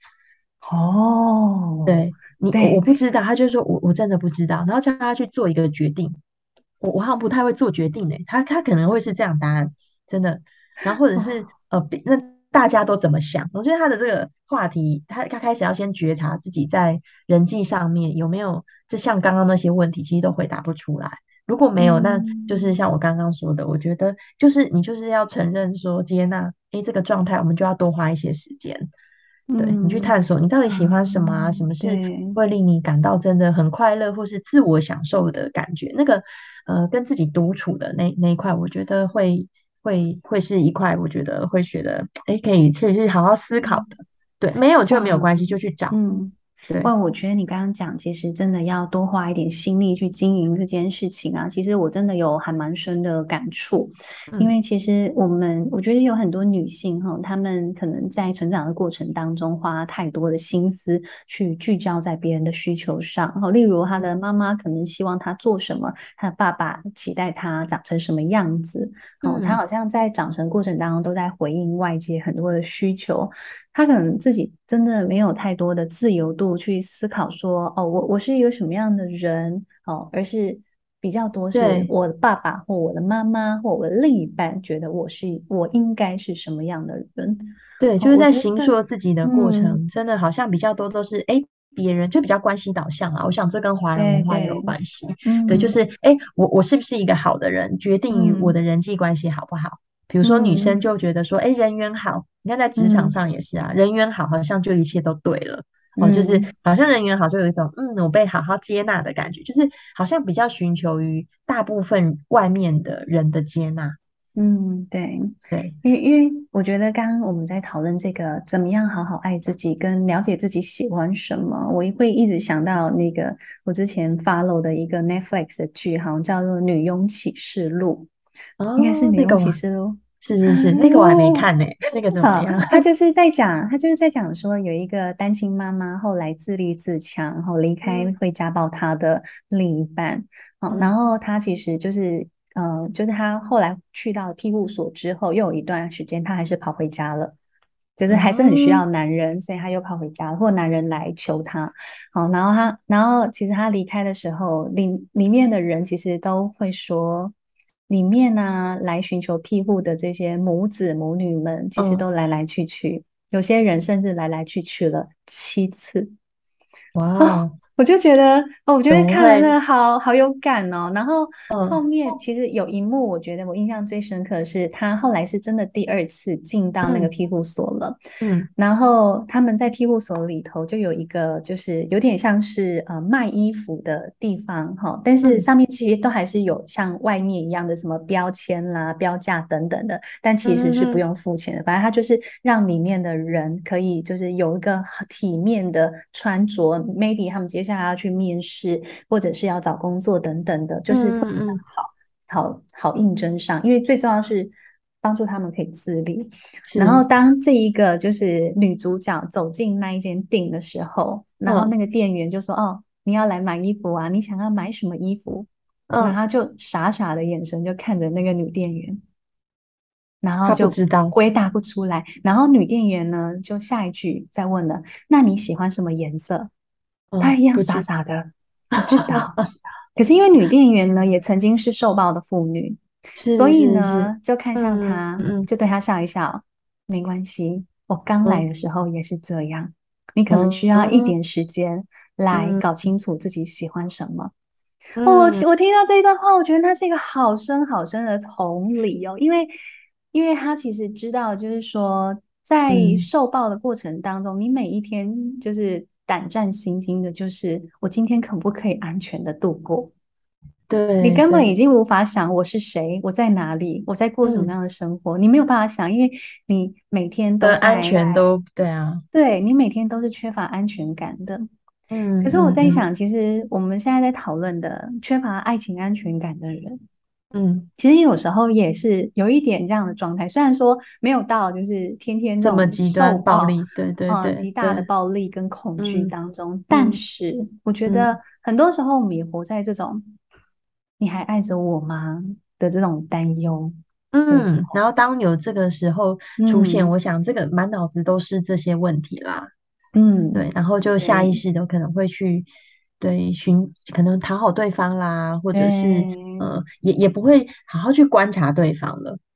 [SPEAKER 1] 哦，
[SPEAKER 2] 对你，我
[SPEAKER 1] 对，
[SPEAKER 2] 不知道，他就说我真的不知道，然后叫他去做一个决定。我好像不太会做决定呢，他可能会是这样答案，真的。然后或者是
[SPEAKER 1] 哦，
[SPEAKER 2] 大家都怎么想。我觉得他的这个话题，他开始要先觉察自己在人际上面有没有，就像刚刚那些问题，其实都回答不出来。如果没有，那就是
[SPEAKER 1] 嗯
[SPEAKER 2] 像我刚刚说的，我觉得就是你就是要承认说接纳，诶，这个状态我们就要多花一些时间。对你去
[SPEAKER 1] 嗯
[SPEAKER 2] 探索你到底
[SPEAKER 1] 啊，
[SPEAKER 2] 喜欢什么啊，什么是
[SPEAKER 1] 对。
[SPEAKER 2] 会令你感到真的很快乐，或是自我享受的感觉。那个跟自己独处的那一块，我觉得会是一块，我觉得哎，可以去好好思考的。对，没有就没有
[SPEAKER 1] 哇，
[SPEAKER 2] 关系，就去找。
[SPEAKER 1] 嗯，
[SPEAKER 2] 对，
[SPEAKER 1] 哇，我觉得你刚刚讲，其实真的要多花一点心力去经营这件事情啊。其实我真的有还蛮深的感触，因
[SPEAKER 2] 嗯
[SPEAKER 1] 为其实我觉得有很多女性哈，她们可能在成长的过程当中花太多的心思去聚焦在别人的需求上，哈，例如她的妈妈可能希望她做什么，她的爸爸期待她长成什么样子，哦，她
[SPEAKER 2] 嗯，
[SPEAKER 1] 好像在长成过程当中都在回应外界很多的需求。他可能自己真的没有太多的自由度去思考说，哦，我是一个什么样的人，哦，而是比较多是
[SPEAKER 2] 对。
[SPEAKER 1] 我的爸爸或我的妈妈或我的另一半觉得我应该是什么样的人，
[SPEAKER 2] 对，
[SPEAKER 1] 哦，
[SPEAKER 2] 就是在
[SPEAKER 1] 我觉得这，
[SPEAKER 2] 形塑自己的过
[SPEAKER 1] 嗯，
[SPEAKER 2] 程，真的好像比较多都是别人就比较关系导向啊。我想这跟华人文化也有
[SPEAKER 1] 对对，
[SPEAKER 2] 关系。对，就
[SPEAKER 1] 嗯
[SPEAKER 2] 是我是不是一个好的人，决定于我
[SPEAKER 1] 嗯
[SPEAKER 2] 的人际关系好不好。比如说女生
[SPEAKER 1] 嗯
[SPEAKER 2] 就觉得说，人缘好，你看在职场
[SPEAKER 1] 嗯
[SPEAKER 2] 上也是啊，人缘好好像就一切都对了。哦，就是
[SPEAKER 1] 嗯。
[SPEAKER 2] 好像人缘好就有一种我被好好接纳的感觉，就是好像比较寻求于大部分外面的人的接纳。
[SPEAKER 1] 嗯，对，
[SPEAKER 2] 对，
[SPEAKER 1] 因为我觉得刚刚我们在讨论这个怎么样好好爱自己，跟了解自己喜欢什么，我也会一直想到那个我之前 follow 的一个 Netflix 的剧，好像叫做《女佣启示录》，应该是
[SPEAKER 2] 哦，
[SPEAKER 1] 《女佣
[SPEAKER 2] 那个我
[SPEAKER 1] 启示录》。
[SPEAKER 2] 是是是，那个我还没看呢，那个怎么
[SPEAKER 1] 好，
[SPEAKER 2] 样？
[SPEAKER 1] 他就是在讲说，有一个单亲妈妈后来自立自强，然后离开
[SPEAKER 2] 嗯
[SPEAKER 1] 会家暴她的另一半，好，然
[SPEAKER 2] 嗯
[SPEAKER 1] 后她其实就是她后来去到庇护所之后，又有一段时间，她还是跑回家了，就是还是很需要
[SPEAKER 2] 嗯
[SPEAKER 1] 男人，所以她又跑回家了，或男人来求她，好，然后其实她离开的时候，里面的人其实都会说。里面呢，来寻求庇护的这些母子母女们，其实
[SPEAKER 2] 嗯，
[SPEAKER 1] 都来来去去，有些人甚至来来去去了7次。
[SPEAKER 2] 哇
[SPEAKER 1] 哦，
[SPEAKER 2] 哦，
[SPEAKER 1] 我就觉得，哦，我觉
[SPEAKER 2] 怎
[SPEAKER 1] 得看了那
[SPEAKER 2] 么会？
[SPEAKER 1] 个好有感哦。然后后
[SPEAKER 2] 嗯
[SPEAKER 1] 面其实有一幕，我觉得我印象最深刻的是，他后来是真的第二次进到那个
[SPEAKER 2] 嗯
[SPEAKER 1] 庇护所了。
[SPEAKER 2] 嗯
[SPEAKER 1] 然后他们在庇护所里头就有一个，就是有点像是卖衣服的地方哈，但是
[SPEAKER 2] 嗯
[SPEAKER 1] 上面其实都还是有像外面一样的什么标签啦、标价等等的，但其实是不
[SPEAKER 2] 嗯嗯
[SPEAKER 1] 用付钱的。反正他就是让里面的人可以就是有一个很体面的穿着，maybe 他们接下来要去面试或者是要找工作等等的，就是会比较
[SPEAKER 2] 嗯嗯，
[SPEAKER 1] 好应征上，因为最重要是帮助他们可以自立。然后
[SPEAKER 2] 是，
[SPEAKER 1] 当这一个就是女主角走进那一间店的时候，然后那
[SPEAKER 2] 嗯
[SPEAKER 1] 个店员就说：“哦，你要来买衣服啊？你想要买什么衣服？”然后
[SPEAKER 2] 嗯，
[SPEAKER 1] 他就傻傻的眼神就看着那个女店员，然后
[SPEAKER 2] 他不
[SPEAKER 1] 就
[SPEAKER 2] 知道，
[SPEAKER 1] 回答不出来。然后女店员呢，就下一句再问了：“那你喜欢什么颜色？”她
[SPEAKER 2] 嗯，
[SPEAKER 1] 一样傻
[SPEAKER 2] 不知，
[SPEAKER 1] 傻的不知道。可是因为女店员呢，也曾经是受暴的妇女，所
[SPEAKER 2] 是
[SPEAKER 1] 以
[SPEAKER 2] 是是，
[SPEAKER 1] 呢，就看向她，
[SPEAKER 2] 嗯嗯
[SPEAKER 1] 就对她笑一笑，没关系，我刚来
[SPEAKER 2] 嗯
[SPEAKER 1] 的时候也是这样。你可能需要一
[SPEAKER 2] 嗯
[SPEAKER 1] 点时间来
[SPEAKER 2] 嗯
[SPEAKER 1] 搞清楚自己喜欢什么。哦，我
[SPEAKER 2] 嗯
[SPEAKER 1] 我听到这一段话，我觉得他是一个好深好深的同理哦，因为他其实知道，就是说，在
[SPEAKER 2] 嗯，
[SPEAKER 1] 受报的过程当中，你每一天就是胆战心惊的，就是我今天可不可以安全的度过？你
[SPEAKER 2] 对对，
[SPEAKER 1] 根本已经无法想我是谁，我在哪里，我在过什么
[SPEAKER 2] 嗯
[SPEAKER 1] 样的生活，你没有办法想，因为你每天都
[SPEAKER 2] 的安
[SPEAKER 1] 在，
[SPEAKER 2] 全都对啊，
[SPEAKER 1] 对，你每天都是缺乏安全感的。可
[SPEAKER 2] 嗯
[SPEAKER 1] 是我
[SPEAKER 2] 嗯嗯
[SPEAKER 1] 在想，其实我们现在在讨论的缺乏爱情安全感的人，
[SPEAKER 2] 嗯，
[SPEAKER 1] 其实有时候也是有一点这样的状态。虽然说没有到就是天天那
[SPEAKER 2] 这么
[SPEAKER 1] 种
[SPEAKER 2] 极端暴
[SPEAKER 1] 受暴，
[SPEAKER 2] 力，对对对
[SPEAKER 1] 极大的
[SPEAKER 2] 对，
[SPEAKER 1] 暴力跟恐惧
[SPEAKER 2] 嗯
[SPEAKER 1] 当中，但
[SPEAKER 2] 嗯
[SPEAKER 1] 是我觉得
[SPEAKER 2] 嗯。
[SPEAKER 1] 很多时候我们也活在这种"你还爱着我吗"的这种担忧里
[SPEAKER 2] 然后
[SPEAKER 1] 头。
[SPEAKER 2] 当有这个时候出现，
[SPEAKER 1] 嗯
[SPEAKER 2] 我想这个满脑子都是这些问题啦，对，
[SPEAKER 1] 嗯，
[SPEAKER 2] 然后就下意
[SPEAKER 1] 对
[SPEAKER 2] 识的可能会去对可能讨好对方啦，或者是
[SPEAKER 1] 对。
[SPEAKER 2] 也不会好好去观察对方了，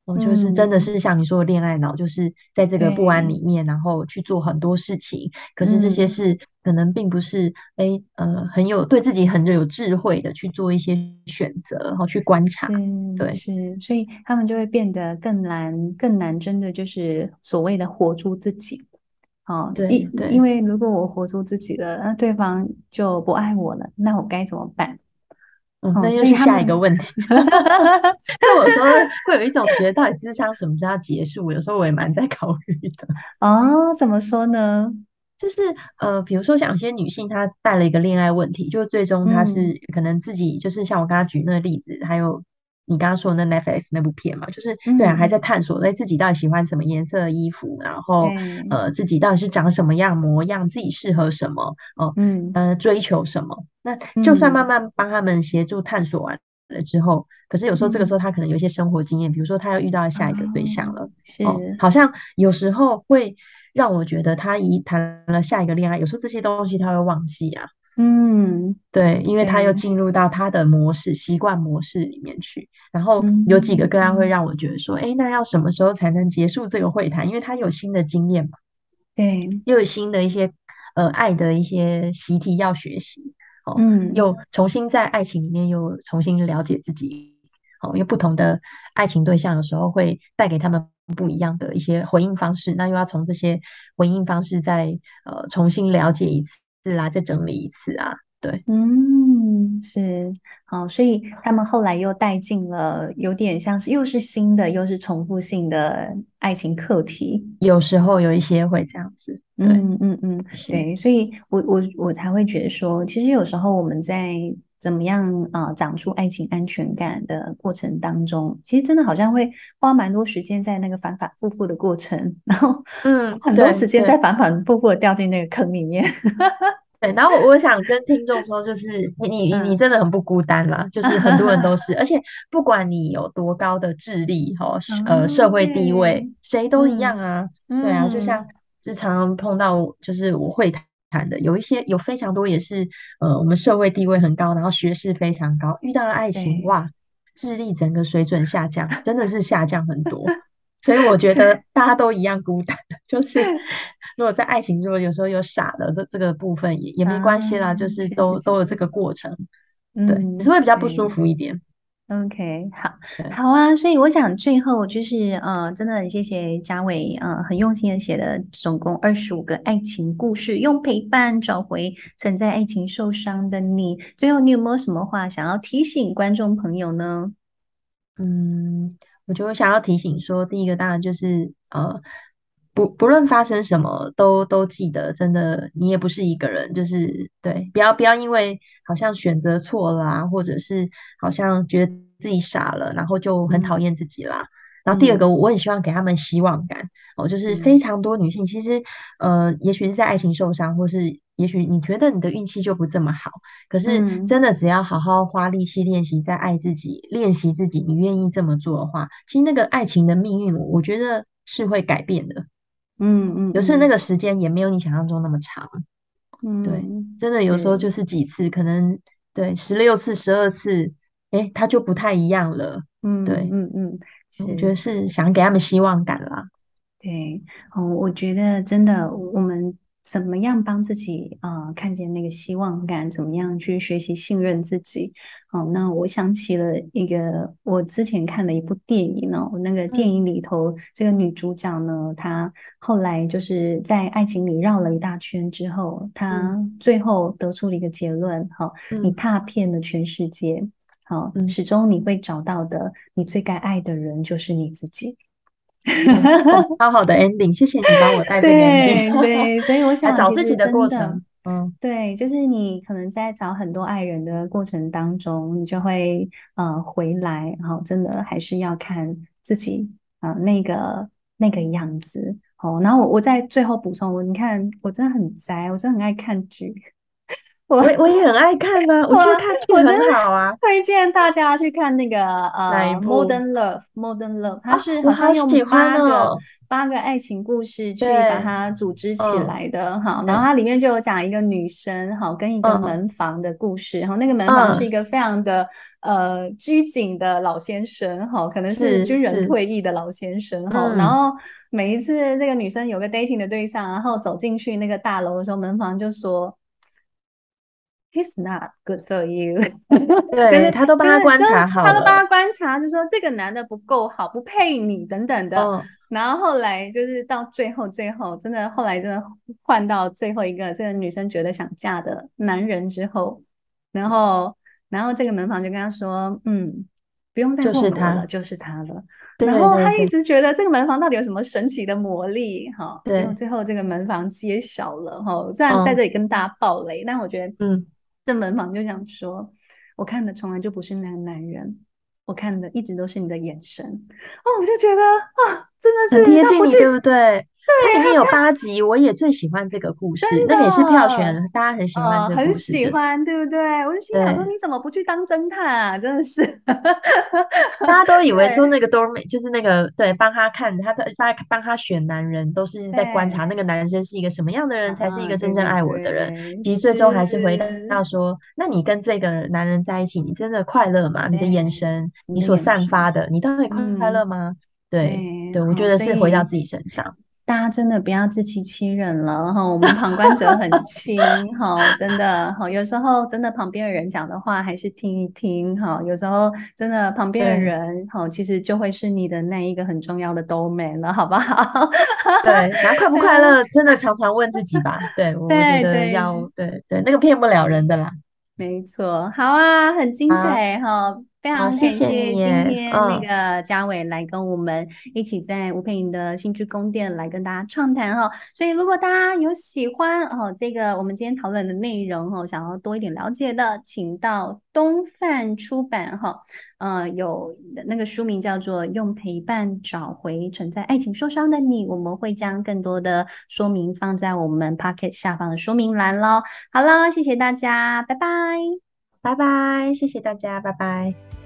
[SPEAKER 2] 就是真的
[SPEAKER 1] 嗯，
[SPEAKER 2] 是像你说的恋爱脑，就是在这个不安
[SPEAKER 1] 对，
[SPEAKER 2] 里面，然后去做很多事情。可是这些
[SPEAKER 1] 嗯。
[SPEAKER 2] 事可能并不是很有对自己很有智慧的去做一些选择，然后去观察。
[SPEAKER 1] 是
[SPEAKER 2] 对
[SPEAKER 1] 是，所以他们就会变得更难，更难，真的就是所谓的活出自己。哦，因
[SPEAKER 2] 对对，
[SPEAKER 1] 为如果我活出自己了，那对方就不爱我了，那我该怎么办？
[SPEAKER 2] 嗯，那
[SPEAKER 1] 哦，
[SPEAKER 2] 又是
[SPEAKER 1] 所以他们，
[SPEAKER 2] 下一个问题。但我有时候会有一种觉得，到底智商什么时候要结束？有时候我也蛮在考虑的。
[SPEAKER 1] 哦，怎么说呢？
[SPEAKER 2] 就是比如说像有些女性她带了一个恋爱问题，就最终她
[SPEAKER 1] 嗯
[SPEAKER 2] 是可能自己就是像我刚刚举那个例子，还有你刚刚说的那 Netflix 那部片嘛，就是对啊，还
[SPEAKER 1] 嗯，
[SPEAKER 2] 在探索自己到底喜欢什么颜色的衣服，然后
[SPEAKER 1] 对，
[SPEAKER 2] 自己到底是长什么样模样，自己适合什么，
[SPEAKER 1] 嗯
[SPEAKER 2] 追求什么。那就算慢
[SPEAKER 1] 嗯
[SPEAKER 2] 慢帮他们协助探索完了之后，可是有时候这个时候
[SPEAKER 1] 嗯，
[SPEAKER 2] 他可能有一些生活经验，比如说他又遇到下一个对象
[SPEAKER 1] 哦，
[SPEAKER 2] 了。
[SPEAKER 1] 是，
[SPEAKER 2] 好像有时候会让我觉得他一谈了下一个恋爱，有时候这些东西他会忘记啊。
[SPEAKER 1] 嗯，
[SPEAKER 2] 对，因为他又
[SPEAKER 1] 对，
[SPEAKER 2] 进入到他的模式、习惯模式里面去。然后有几个个案会
[SPEAKER 1] 嗯，
[SPEAKER 2] 让我觉得说，哎，那要什么时候才能结束这个会谈？因为他有新的经验嘛，
[SPEAKER 1] 对，
[SPEAKER 2] 又有新的一些爱的一些习题要学习。
[SPEAKER 1] 嗯，
[SPEAKER 2] 又重新在爱情里面又重新了解自己。因为不同的爱情对象有时候会带给他们不一样的一些回应方式，那又要从这些回应方式再重新了解一次啦，再整理一次啊。对，
[SPEAKER 1] 嗯，是，好，所以他们后来又带进了有点像是又是新的又是重复性的爱情课题。
[SPEAKER 2] 有时候有一些会这样子。对，
[SPEAKER 1] 嗯嗯嗯，
[SPEAKER 2] 是，
[SPEAKER 1] 对，所以我才会觉得说，其实有时候我们在怎么样长出爱情安全感的过程当中，其实真的好像会花蛮多时间在那个反反复复的过程，然后
[SPEAKER 2] 嗯，
[SPEAKER 1] 很多时间在
[SPEAKER 2] 对对。
[SPEAKER 1] 反反复复的掉进那个坑里面。
[SPEAKER 2] 对，然后我想跟听众说，就是你
[SPEAKER 1] 嗯
[SPEAKER 2] 真的很不孤单啦，就是很多人都是，而且不管你有多高的智力哈，社
[SPEAKER 1] 哦，
[SPEAKER 2] 会地
[SPEAKER 1] 对，
[SPEAKER 2] 位，谁都一样
[SPEAKER 1] 嗯
[SPEAKER 2] 啊。对啊，就像
[SPEAKER 1] 嗯，
[SPEAKER 2] 日常碰到，就是我会谈的，有非常多也是我们社会地位很高，然后学识非常高，遇到了爱情，
[SPEAKER 1] 对，
[SPEAKER 2] 哇，智力整个水准下降，真的是下降很多。所以我觉得大家都一样孤单，就是如果在爱情中有时候有傻的这个部分也没关系
[SPEAKER 1] 啊，
[SPEAKER 2] 啦，就是
[SPEAKER 1] 是是是，
[SPEAKER 2] 都有这个过程。对，只是
[SPEAKER 1] 嗯，
[SPEAKER 2] 会比较不舒
[SPEAKER 1] 对。
[SPEAKER 2] 服一点。
[SPEAKER 1] OK，好，
[SPEAKER 2] 对，
[SPEAKER 1] 好啊，所以我想最后就是真的很谢谢嘉伟很用心的写的总共25个爱情故事，用陪伴找回曾在爱情受伤的你。最后，你有没有什么话想要提醒观众朋友呢？
[SPEAKER 2] 嗯，我就想要提醒说，第一个当然就是不论发生什么都记得，真的你也不是一个人，就是对，不要因为好像选择错了啊，或者是好像觉得自己傻了，然后就很讨
[SPEAKER 1] 嗯
[SPEAKER 2] 厌自己啦。然后第二个，
[SPEAKER 1] 嗯
[SPEAKER 2] 我很希望给他们希望感。就是非
[SPEAKER 1] 嗯
[SPEAKER 2] 常多女性其实也许是在爱情受伤，或是也许你觉得你的运气就不这么好。可是
[SPEAKER 1] 嗯
[SPEAKER 2] 真的，只要好好花力气练习，在爱自己，练习自己，你愿意这么做的话，其实那个爱情的命运，我觉得是会改变的。
[SPEAKER 1] 嗯嗯
[SPEAKER 2] 有时那
[SPEAKER 1] 嗯
[SPEAKER 2] 个时间也没有你想象中那么长。对，
[SPEAKER 1] 嗯，
[SPEAKER 2] 真的有时候
[SPEAKER 1] 是，
[SPEAKER 2] 就是几次，可能对16次、12次，它就不太一样了。对，
[SPEAKER 1] 嗯嗯嗯是。
[SPEAKER 2] 我觉得是想给他们希望感啦。
[SPEAKER 1] 对，我觉得真的，我们怎么样帮自己看见那个希望感，怎么样去学习信任自己。那我想起了一个我之前看的一部电影呢，那个电
[SPEAKER 2] 嗯
[SPEAKER 1] 影里头这个女主角呢，她后来就是在爱情里绕了一大圈之后，
[SPEAKER 2] 嗯
[SPEAKER 1] 她最后得出了一个结论：好，你
[SPEAKER 2] 嗯
[SPEAKER 1] 踏遍了全世界，好，
[SPEAKER 2] 嗯，
[SPEAKER 1] 始终你会找到的，你最该爱的人就是你自己。
[SPEAKER 2] 对，哦，超好的 ending，谢谢你帮我带这个 ending，
[SPEAKER 1] 对对，所以我
[SPEAKER 2] 来
[SPEAKER 1] 想，其实
[SPEAKER 2] 找自己的
[SPEAKER 1] 真的，
[SPEAKER 2] 过程。嗯
[SPEAKER 1] 对，就是你可能在找很多爱人的过程当中，你就会回来，然后真的还是要看自己那个样子哦。然后我在最后补充，你看我真的很宅，我真的很爱看剧，我
[SPEAKER 2] 我也很爱看呢、
[SPEAKER 1] 我
[SPEAKER 2] 我觉得看剧
[SPEAKER 1] 我真的
[SPEAKER 2] 很好啊。
[SPEAKER 1] 推荐大家去看那个
[SPEAKER 2] 哪一部
[SPEAKER 1] 《Modern Love》，《Modern Love》，它
[SPEAKER 2] 啊？
[SPEAKER 1] 是好
[SPEAKER 2] 我
[SPEAKER 1] 像用
[SPEAKER 2] 好喜欢
[SPEAKER 1] 八个
[SPEAKER 2] 哦。
[SPEAKER 1] 8个爱情故事去把
[SPEAKER 2] 对，
[SPEAKER 1] 它组织起
[SPEAKER 2] 嗯，
[SPEAKER 1] 来的哈。然后
[SPEAKER 2] 对，
[SPEAKER 1] 它里面就有讲一个女生哈跟一个
[SPEAKER 2] 嗯
[SPEAKER 1] 门房的故事，然后那个门房是一
[SPEAKER 2] 嗯，
[SPEAKER 1] 个非常的拘谨的老先生哈，可能是军人
[SPEAKER 2] 是是，
[SPEAKER 1] 退役的老先生哈。然
[SPEAKER 2] 嗯，
[SPEAKER 1] 后每一次这个女生有个 dating 的对象，然后走进去那个大楼的时候，门房就说。He's not good for you，可
[SPEAKER 2] 对，
[SPEAKER 1] 是
[SPEAKER 2] 他都帮他观察好了，
[SPEAKER 1] 他都帮他观察，就说这个男的不够好，不配你等等的。
[SPEAKER 2] 嗯，
[SPEAKER 1] 然后后来就是到最后真的后来真的换到最后一个这个女生觉得想嫁的男人之后，然后这个门房就跟他说，不用再
[SPEAKER 2] 就是
[SPEAKER 1] 问我了，
[SPEAKER 2] 他，
[SPEAKER 1] 就是他了。然后他一
[SPEAKER 2] 对对对
[SPEAKER 1] 直觉得这个门房到底有什么神奇的魔力哈，结果
[SPEAKER 2] 对，
[SPEAKER 1] 最后这个门房揭晓了哈。虽然在
[SPEAKER 2] 嗯
[SPEAKER 1] 这里跟大家爆雷，但我觉得
[SPEAKER 2] 嗯，
[SPEAKER 1] 这门房就想说，我看的从来就不是那个男人，我看的一直都是你的眼神。哦，我就觉得啊，真的
[SPEAKER 2] 很
[SPEAKER 1] 是他不去，
[SPEAKER 2] 贴近你，对不对？它里面有
[SPEAKER 1] 对他
[SPEAKER 2] 8集，我也最喜欢这个故事，
[SPEAKER 1] 真
[SPEAKER 2] 那个也是票
[SPEAKER 1] 的，
[SPEAKER 2] 选，大家很喜欢这个
[SPEAKER 1] 很
[SPEAKER 2] 故事，就
[SPEAKER 1] 喜欢，对不对？我就心想说，
[SPEAKER 2] 对。
[SPEAKER 1] 你怎么不去当侦探啊？真的是，
[SPEAKER 2] 大家都以为说
[SPEAKER 1] 对
[SPEAKER 2] 那个 doorman 就是那个对帮他看他的帮他选男人，都是在观察那
[SPEAKER 1] 对
[SPEAKER 2] 个男生是一个什么样的人才是一
[SPEAKER 1] 啊，
[SPEAKER 2] 个
[SPEAKER 1] 对对
[SPEAKER 2] 真正爱我的人。
[SPEAKER 1] 对，
[SPEAKER 2] 其实最终还是回
[SPEAKER 1] 是，
[SPEAKER 2] 到说，那你跟这个男人在一起，你真的快乐吗？你的眼
[SPEAKER 1] 对，
[SPEAKER 2] 神，
[SPEAKER 1] 你的
[SPEAKER 2] 你所
[SPEAKER 1] 眼神，
[SPEAKER 2] 散发的，你到底快乐
[SPEAKER 1] 嗯，
[SPEAKER 2] 吗？对
[SPEAKER 1] 对，
[SPEAKER 2] 对，我觉
[SPEAKER 1] 好，
[SPEAKER 2] 得
[SPEAKER 1] 所以。
[SPEAKER 2] 是回到自己身上。
[SPEAKER 1] 大家真的不要自欺欺人了哈，我们旁观者很清哈，真的哈，有时候真的旁边的人讲的话还是听一听哈，有时候真的旁边的
[SPEAKER 2] 对
[SPEAKER 1] 人哈，其实就会是你的那一个很重要的都美了，好不好？
[SPEAKER 2] 对，然后快不快乐，真的常常问自己吧。对，我觉
[SPEAKER 1] 对
[SPEAKER 2] 得
[SPEAKER 1] 对，
[SPEAKER 2] 要对对，那个骗不了人的啦。
[SPEAKER 1] 没错，好啊，很精
[SPEAKER 2] 好，
[SPEAKER 1] 彩哈，非
[SPEAKER 2] 好，
[SPEAKER 1] 常
[SPEAKER 2] 谢谢你
[SPEAKER 1] 感谢今
[SPEAKER 2] 耶。
[SPEAKER 1] 天那
[SPEAKER 2] 嗯，
[SPEAKER 1] 个嘉伟来跟我们一起在吴佩莹的新之宫殿来跟大家畅谈哈。所以如果大家有喜欢这个我们今天讨论的内容哈，想要多一点了解的，请到东范出版哈，有那个书名叫做《用陪伴找回曾在爱情受伤的你》，我们会将更多的说明放在我们 Pocket 下方的说明栏喽。好了，谢谢大家，拜拜。
[SPEAKER 2] 拜拜，谢谢大家，拜拜。